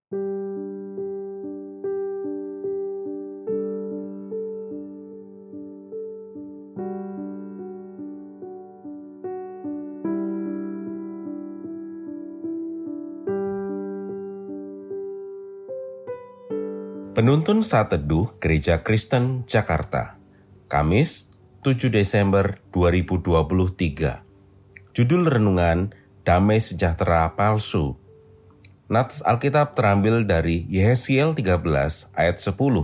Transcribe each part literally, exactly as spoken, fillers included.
Penuntun Saat Teduh Gereja Kristen Jakarta, Kamis tujuh Desember dua ribu dua puluh tiga. Judul renungan, Damai Sejahtera Palsu. Nats Alkitab terambil dari Yehezkiel tiga belas ayat sepuluh.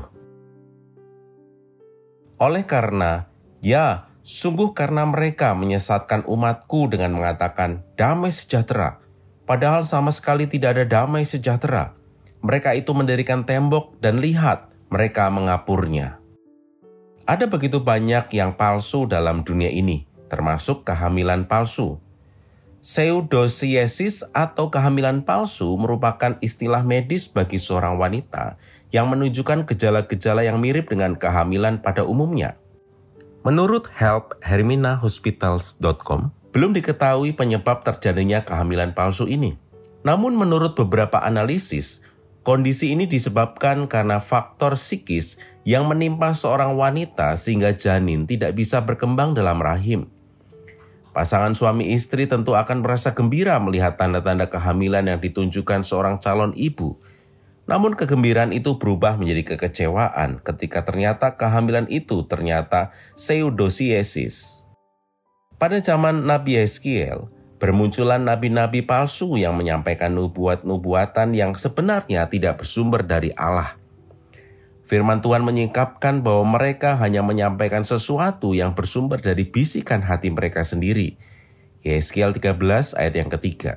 Oleh karena, ya, sungguh karena mereka menyesatkan umatku dengan mengatakan damai sejahtera, padahal sama sekali tidak ada damai sejahtera. Mereka itu mendirikan tembok dan lihat, mereka mengapurnya. Ada begitu banyak yang palsu dalam dunia ini, termasuk kehamilan palsu. Pseudociesis atau kehamilan palsu merupakan istilah medis bagi seorang wanita yang menunjukkan gejala-gejala yang mirip dengan kehamilan pada umumnya. Menurut help hermina hospitals dot com, belum diketahui penyebab terjadinya kehamilan palsu ini. Namun menurut beberapa analisis, kondisi ini disebabkan karena faktor psikis yang menimpa seorang wanita sehingga janin tidak bisa berkembang dalam rahim. Pasangan suami istri tentu akan merasa gembira melihat tanda-tanda kehamilan yang ditunjukkan seorang calon ibu. Namun kegembiraan itu berubah menjadi kekecewaan ketika ternyata kehamilan itu ternyata pseudociesis. Pada zaman Nabi Yehezkiel, bermunculan nabi-nabi palsu yang menyampaikan nubuat-nubuatan yang sebenarnya tidak bersumber dari Allah. Firman Tuhan menyingkapkan bahwa mereka hanya menyampaikan sesuatu yang bersumber dari bisikan hati mereka sendiri. Yehezkiel tiga belas ayat yang ketiga.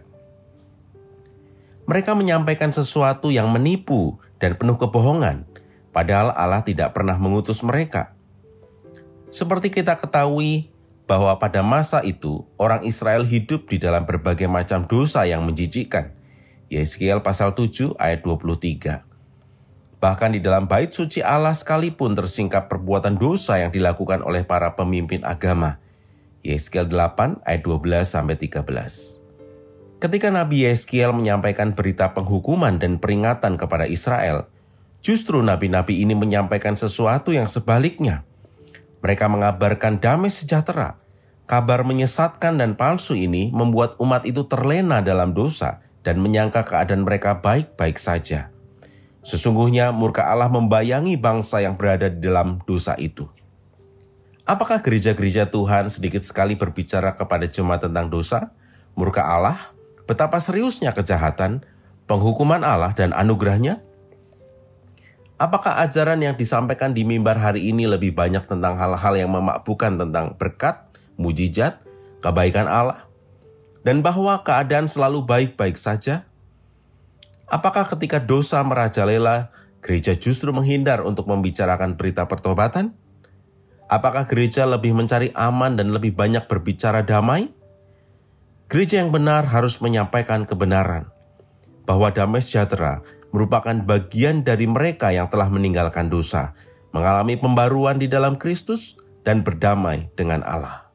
Mereka menyampaikan sesuatu yang menipu dan penuh kebohongan, padahal Allah tidak pernah mengutus mereka. Seperti kita ketahui, bahwa pada masa itu orang Israel hidup di dalam berbagai macam dosa yang menjijikkan. Yehezkiel pasal tujuh ayat dua puluh tiga. Bahkan di dalam bait suci Allah sekalipun tersingkap perbuatan dosa yang dilakukan oleh para pemimpin agama. Yehezkiel delapan ayat dua belas sampai tiga belas. Ketika Nabi Yehezkiel menyampaikan berita penghukuman dan peringatan kepada Israel, justru nabi-nabi ini menyampaikan sesuatu yang sebaliknya. Mereka mengabarkan damai sejahtera. Kabar menyesatkan dan palsu ini membuat umat itu terlena dalam dosa dan menyangka keadaan mereka baik-baik saja. Sesungguhnya murka Allah membayangi bangsa yang berada di dalam dosa itu. Apakah gereja-gereja Tuhan sedikit sekali berbicara kepada jemaat tentang dosa, murka Allah, betapa seriusnya kejahatan, penghukuman Allah dan anugerahnya? Apakah ajaran yang disampaikan di mimbar hari ini lebih banyak tentang hal-hal yang memakbukan tentang berkat, mujizat, kebaikan Allah, dan bahwa keadaan selalu baik-baik saja? Apakah ketika dosa merajalela, gereja justru menghindar untuk membicarakan berita pertobatan? Apakah gereja lebih mencari aman dan lebih banyak berbicara damai? Gereja yang benar harus menyampaikan kebenaran, bahwa damai sejahtera merupakan bagian dari mereka yang telah meninggalkan dosa, mengalami pembaruan di dalam Kristus, dan berdamai dengan Allah.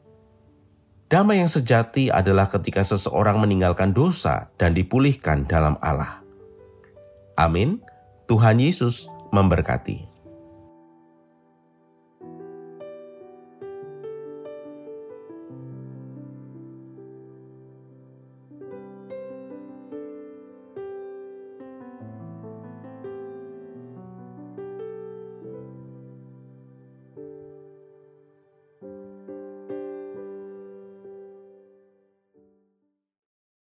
Damai yang sejati adalah ketika seseorang meninggalkan dosa dan dipulihkan dalam Allah. Amin. Tuhan Yesus memberkati.